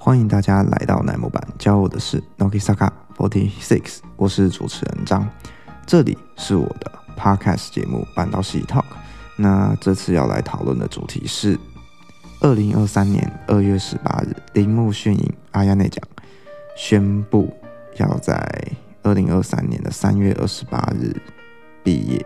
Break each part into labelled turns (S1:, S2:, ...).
S1: 欢迎大家来到乃木坂，教我的是 Nokisaka 46，我是主持人张，这里是我的 podcast 节目坂道系 Talk。那这次要来讨论的主题是2023年2月18日，铃木炫影阿亚内奖宣布要在2023年的3月28日毕业。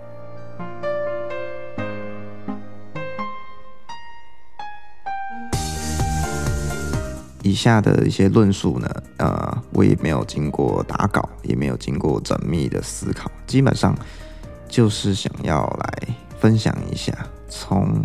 S1: 以下的一些论述呢，我也没有经过打稿，也没有经过缜密的思考，基本上就是想要来分享一下，从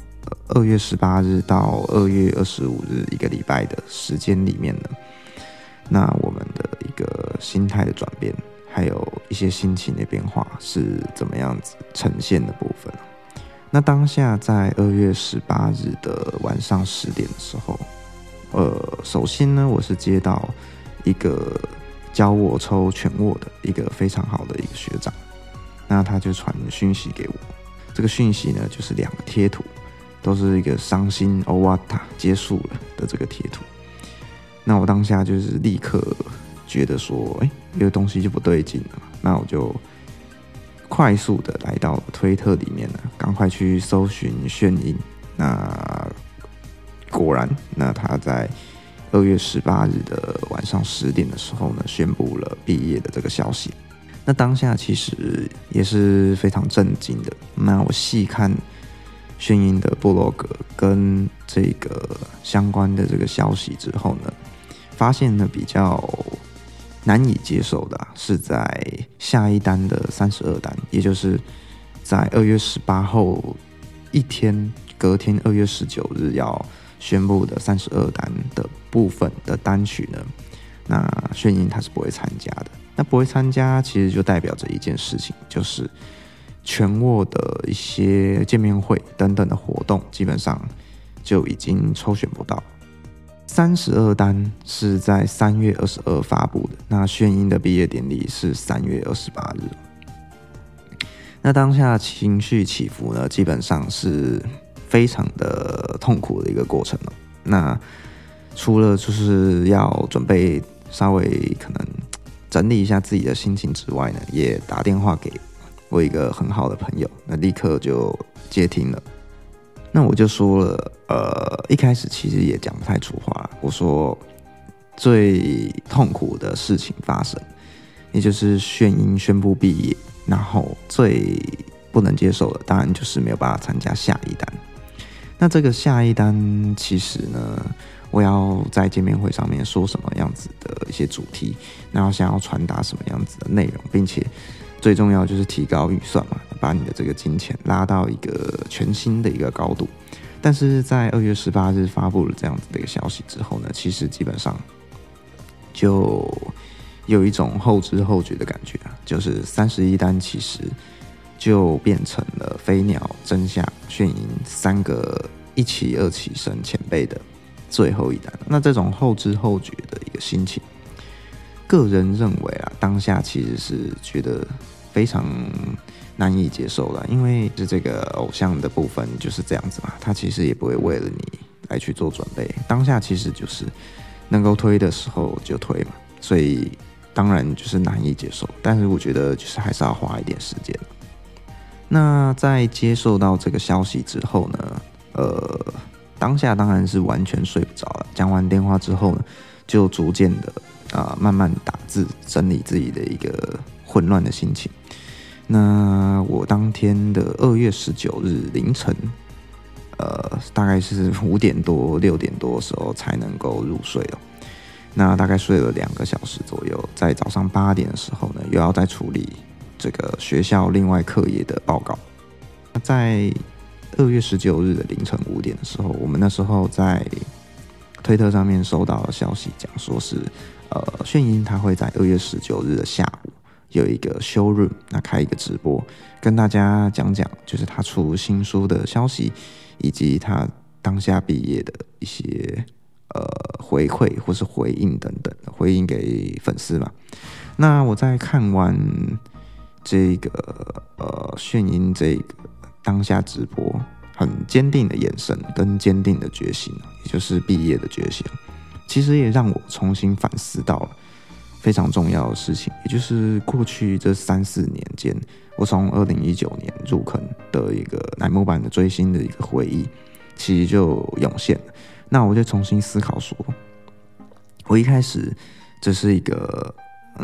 S1: 2月18日到2月25日一个礼拜的时间里面呢，那我们的一个心态的转变，还有一些心情的变化是怎么样子呈现的部分。那当下在2月18日的晚上10点的时候，首先呢，我是接到一个教我抽拳握的一个非常好的一个学长，那他就传讯息给我，这个讯息呢就是2个贴图，都是一个伤心欧瓦塔结束了的这个贴图。那我当下就是立刻觉得说，这个东西就不对劲了，那我就快速的来到了推特里面呢，赶快去搜寻炫影。那果然，那他在2月18日的晚上10点的时候呢，宣布了毕业的这个消息。那当下其实也是非常震惊的。那我细看炫影的部落格跟这个相关的这个消息之后呢，发现呢比较难以接受的是在下一单的32单，也就是在2月18后一天，隔天2月19日要宣布的32单的部分的单曲呢，那炫影他是不会参加的。那不会参加其实就代表着一件事情，就是拳握的一些见面会等等的活动基本上就已经抽选不到。32单是在3月22发布的，那炫影的毕业典礼是3月28日。那当下情绪起伏呢，基本上是非常的痛苦的一个过程了。那除了就是要准备稍微可能整理一下自己的心情之外呢，也打电话给我一个很好的朋友，那立刻就接听了。那我就说了，一开始其实也讲不太出话，我说最痛苦的事情发生，也就是炫影宣布毕业，然后最不能接受的当然就是没有办法参加下一单。那这个下一单其实呢，我要在见面会上面说什么样子的一些主题，然后想要传达什么样子的内容，并且最重要就是提高预算嘛，把你的这个金钱拉到一个全新的一个高度。但是在2月18日发布了这样子的一个消息之后呢，其实基本上就有一种后知后觉的感觉啊，就是31单其实就变成了飞鸟、真夏、炫影3个一期、二期生前辈的最后一单。那这种后知后觉的一个心情，个人认为啊，当下其实是觉得非常难以接受了，因为这个偶像的部分就是这样子嘛，他其实也不会为了你来去做准备，当下其实就是能够推的时候就推嘛，所以当然就是难以接受。但是我觉得就是还是要花一点时间。那在接受到这个消息之后呢，当下当然是完全睡不着了。讲完电话之后呢，就逐渐的慢慢打字，整理自己的一个混乱的心情。那我当天的2月19日凌晨，大概是5点多、6点多的时候才能够入睡了。那大概睡了2个小时左右，在早上8点的时候呢，又要再处理这个学校另外课业的报告。在2月19日的凌晨5点的时候，我们那时候在推特上面收到了消息，讲说是炫影他会在2月19日的下午有一个 showroom， 那开一个直播，跟大家讲讲就是他出新书的消息，以及他当下毕业的一些回馈或是回应等等，回应给粉丝嘛。那我在看完这个炫影这个当下直播，很坚定的眼神跟坚定的决心，也就是毕业的决心， 其实也让我重新反思到了非常重要的事情，也就是过去这3-4年间，我从2019年入坑的一个乃木坂的追星的一个回忆，其实就涌现了。那我就重新思考说，我一开始只是一个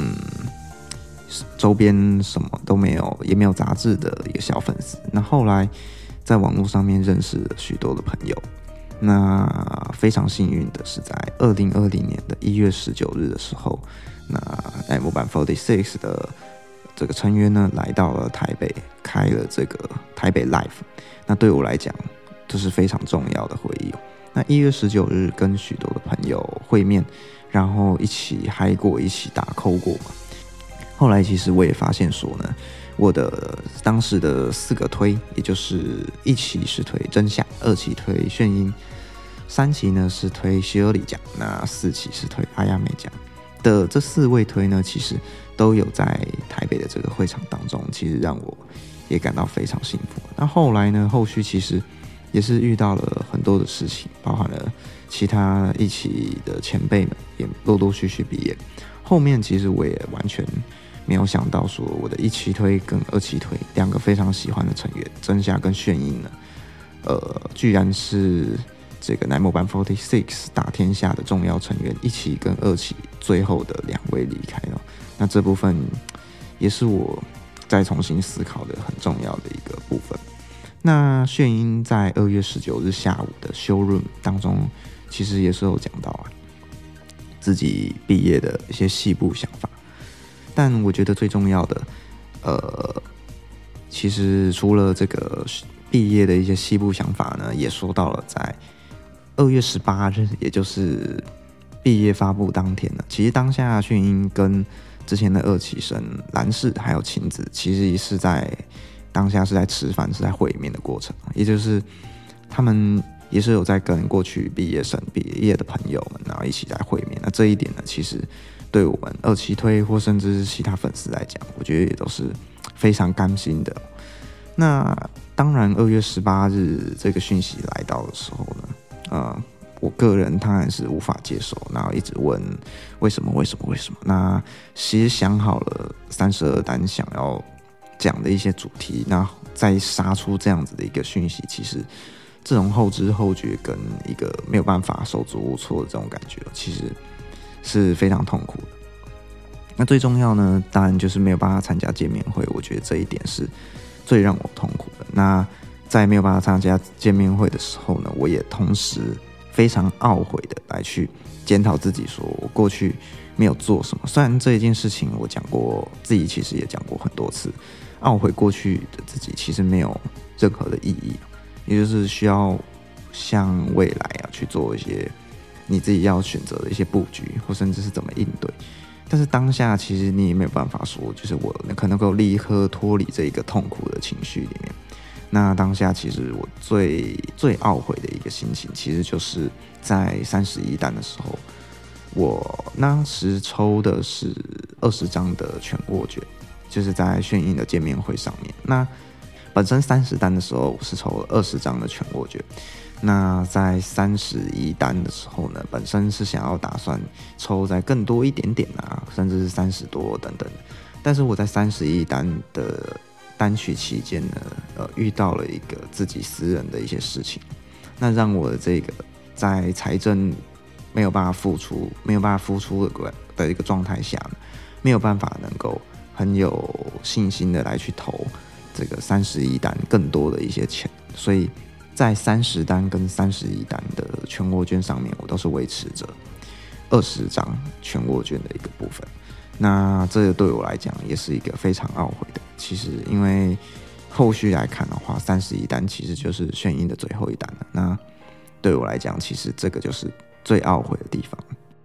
S1: 周边什么都没有，也没有杂志的一个小粉丝。那后来在网络上面认识了许多的朋友。那非常幸运的是，在2020年的1月19日的时候，那乃木坂46的这个成员呢，来到了台北，开了这个台北 Live。那对我来讲，这是非常重要的回忆。那1月19日跟许多的朋友会面，然后一起嗨过，一起打扣过。后来其实我也发现说呢，我的当时的4个推，也就是1期是推真夏，2期推炫音，3期呢是推希尔里奖，那4期是推阿亚美奖的这4位推呢，其实都有在台北的这个会场当中，其实让我也感到非常幸福。那后来呢，后续其实也是遇到了很多的事情，包含了其他一起的前辈们也陆陆续续毕业。后面其实我也完全没有想到说，我的1期推跟2期推2个非常喜欢的成员真夏跟炫音呢，居然是这个乃木坂46打天下的重要成员1期跟2期最后的2位离开了。那这部分也是我再重新思考的很重要的一个部分。那炫音在2月19日下午的 showroom 当中，其实也是有讲到自己毕业的一些细部想法。但我觉得最重要的，其实除了这个毕业的一些细部想法呢，也说到了在2月18日，也就是毕业发布当天呢，其实当下炫音跟之前的2期生蓝氏还有晴子，其实也是在当下是在吃饭，是在会面的过程，也就是他们也是有在跟过去毕业生、毕业的朋友们，然后一起在会面。那这一点呢，其实对我们2期推或甚至是其他粉丝来讲，我觉得也都是非常甘心的。那当然2月18日这个讯息来到的时候呢，我个人当然是无法接受，然后一直问为什么。那其实想好了32单想要讲的一些主题，那再杀出这样子的一个讯息，其实这种后知后觉跟一个没有办法手足无措的这种感觉，其实是非常痛苦的。那最重要呢，当然就是没有办法参加见面会，我觉得这一点是最让我痛苦的。那在没有办法参加见面会的时候呢，我也同时非常懊悔的来去检讨自己，说我过去没有做什么。虽然这一件事情我讲过，自己其实也讲过很多次，懊悔过去的自己其实没有任何的意义，也就是需要向未来去做一些你自己要选择的一些布局，或甚至是怎么应对。但是当下其实你也没有办法说，就是我可能够立刻脱离这一个痛苦的情绪里面。那当下其实我最懊悔的一个心情，其实就是在31单的时候，我当时抽的是20张的全握卷，就是在炫音的见面会上面。那本身30单的时候我是抽了20张的全握卷，那在31单的时候呢，本身是想要打算抽再更多一点点甚至是30多等等。但是我在31单的单曲期间呢，遇到了一个自己私人的一些事情，那让我的这个在财政没有办法付出的一个状态下，没有办法能够很有信心的来去投这个31单更多的一些钱，所以在30单跟31单的全握卷上面，我都是维持着20张全握卷的一个部分。那这个对我来讲也是一个非常懊悔的。其实因为后续来看的话，31单其实就是炫音的最后一单了。那对我来讲，其实这个就是最懊悔的地方。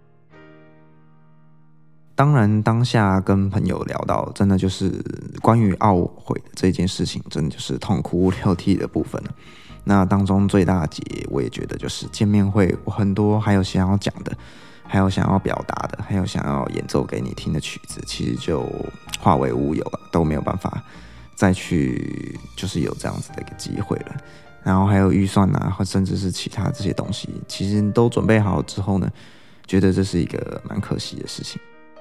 S1: 当然当下跟朋友聊到，真的就是关于懊悔的这件事情，真的就是痛哭流涕的部分了。那当中最大的结，我也觉得就是见面会我很多还有想要讲的，还有想要表达的，还有想要演奏给你听的曲子，其实就化为乌有了，都没有办法再去就是有这样子的一个机会了。然后还有预算或甚至是其他这些东西，其实都准备好之后呢， 觉得这是一个蛮可惜的事情。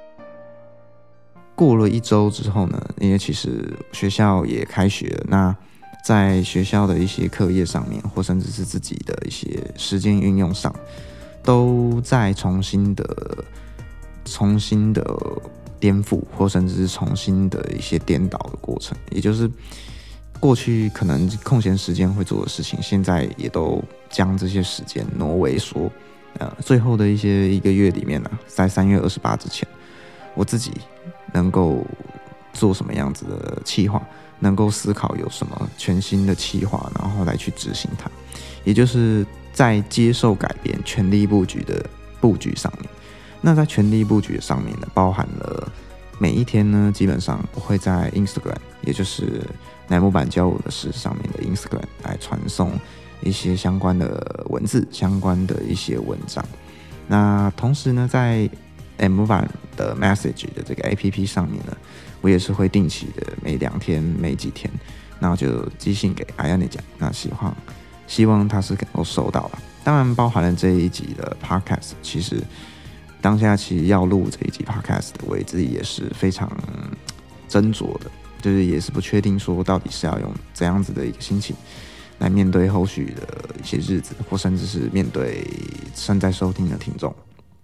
S1: 过了1周之后呢，因为其实学校也开学了，那在学校的一些课业上面，或甚至是自己的一些时间运用上，都在重新的颠覆，或甚至是重新的一些颠倒的过程。也就是过去可能空闲时间会做的事情，现在也都将这些时间挪为说，最后的1个月里面呢，在3月28之前，我自己能够做什么样子的企划，能够思考有什么全新的企划，然后来去执行它，也就是在接受改变、全力布局的布局上面。那在全力布局上面呢，包含了每一天呢，基本上我会在 Instagram， 也就是乃木坂教我的事上面的 Instagram 来传送一些相关的文字、相关的一些文章。那同时呢，在 M 版的 Message 的这个 APP 上面呢，我也是会定期的每2天、每几天，然后就寄信给Ayane讲，那希望他是能够收到了。当然包含了这一集的 Podcast， 其实当下要录这一集 Podcast， 我自己也是非常斟酌的，就是也是不确定说到底是要用怎样子的一个心情来面对后续的一些日子，或甚至是面对正在收听的听众。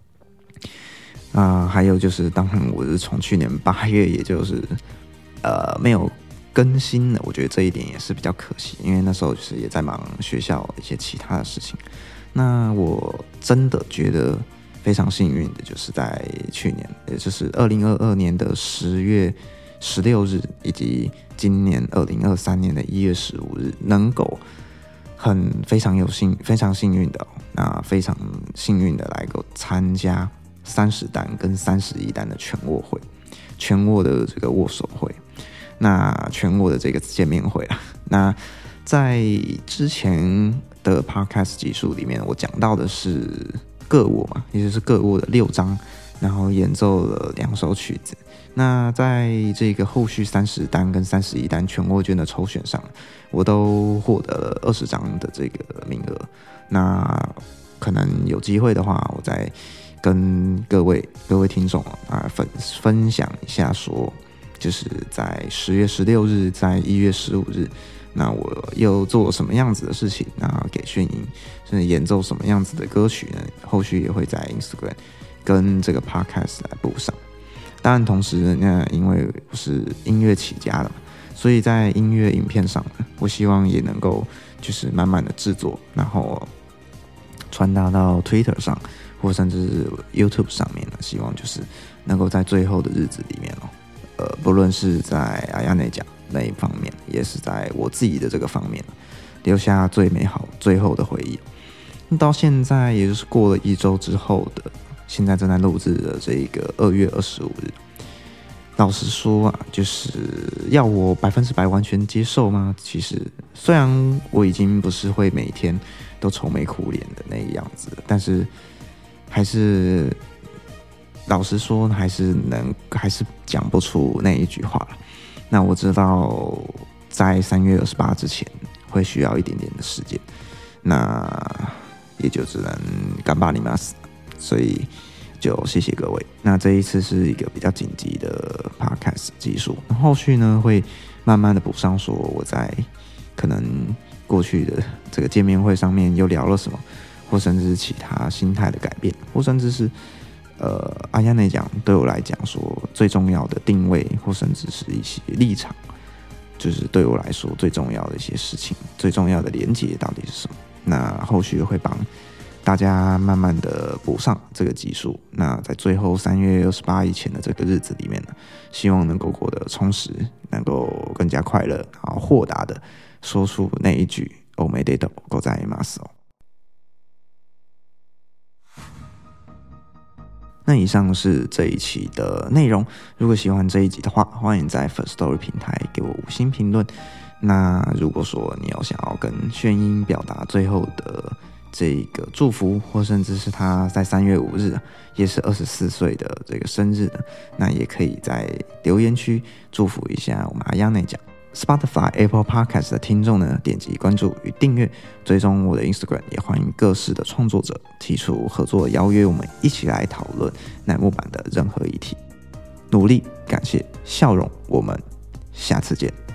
S1: 还有就是，当然我是从去年8月，也就是没有更新了，我觉得这一点也是比较可惜，因为那时候就是也在忙学校一些其他的事情。那我真的觉得非常幸运的，就是在去年，也就是2022年的10月16日，以及今年2023年的1月15日，能够非常幸运的，那非常幸运的来够参加30单跟31单的全握的这个握手会，那全握的这个见面会啊。那在之前的 podcast 集数里面，我讲到的是各握嘛，也就是各握的6张，然后演奏了2首曲子。那在这个后续30单跟31单全握卷的抽选上，我都获得了20张的这个名额。那可能有机会的话，我再跟各位听众分享一下说，就是在10月16日，在1月15日，那我又做了什么样子的事情，那给炫音甚至演奏什么样子的歌曲呢？后续也会在 Instagram 跟这个 Podcast 来补上。当然同时呢，因为我是音乐起家的嘛，所以在音乐影片上呢，我希望也能够就是慢慢的制作，然后传达到 Twitter 上，或甚至是 YouTube 上面呢，希望就是能够在最后的日子里面不论是在Ayane讲那一方面，也是在我自己的这个方面，留下最美好最后的回忆。到现在也就是过了1周之后的，现在正在录制的这个2月25日，老实说啊，就是要我100%完全接受吗？其实虽然我已经不是会每天都愁眉苦脸的那个样子，但是还是老实说，还是讲不出那一句话了。那我知道在3月28之前会需要一点点的时间，那也就只能干巴里马斯，所以就谢谢各位。那这一次是一个比较紧急的 podcast 集数，后续呢会慢慢的补上，说我在可能过去的这个见面会上面又聊了什么，或甚至是其他心态的改变，或甚至是Ayane讲对我来讲说最重要的定位，或甚至是一些立场，就是对我来说最重要的一些事情，最重要的连结到底是什么。那后续会帮大家慢慢的补上这个集数。那在最后3月28以前的这个日子里面呢，希望能够过得充实，能够更加快乐，然后豁达的说出那一句おめでとうございます。那以上是这一期的内容。如果喜欢这一集的话，欢迎在 Firstory 平台给我5星评论。那如果说你有想要跟炫音表达最后的这个祝福，或甚至是他在3月5日也是24岁的这个生日呢，那也可以在留言区祝福一下我们Ayane讲。 Spotify、Apple Podcast 的听众呢，点击关注与订阅，追踪我的 Instagram， 也欢迎各式的创作者提出合作邀约，我们一起来讨论乃木坂的任何议题。努力，感谢，笑容，我们下次见。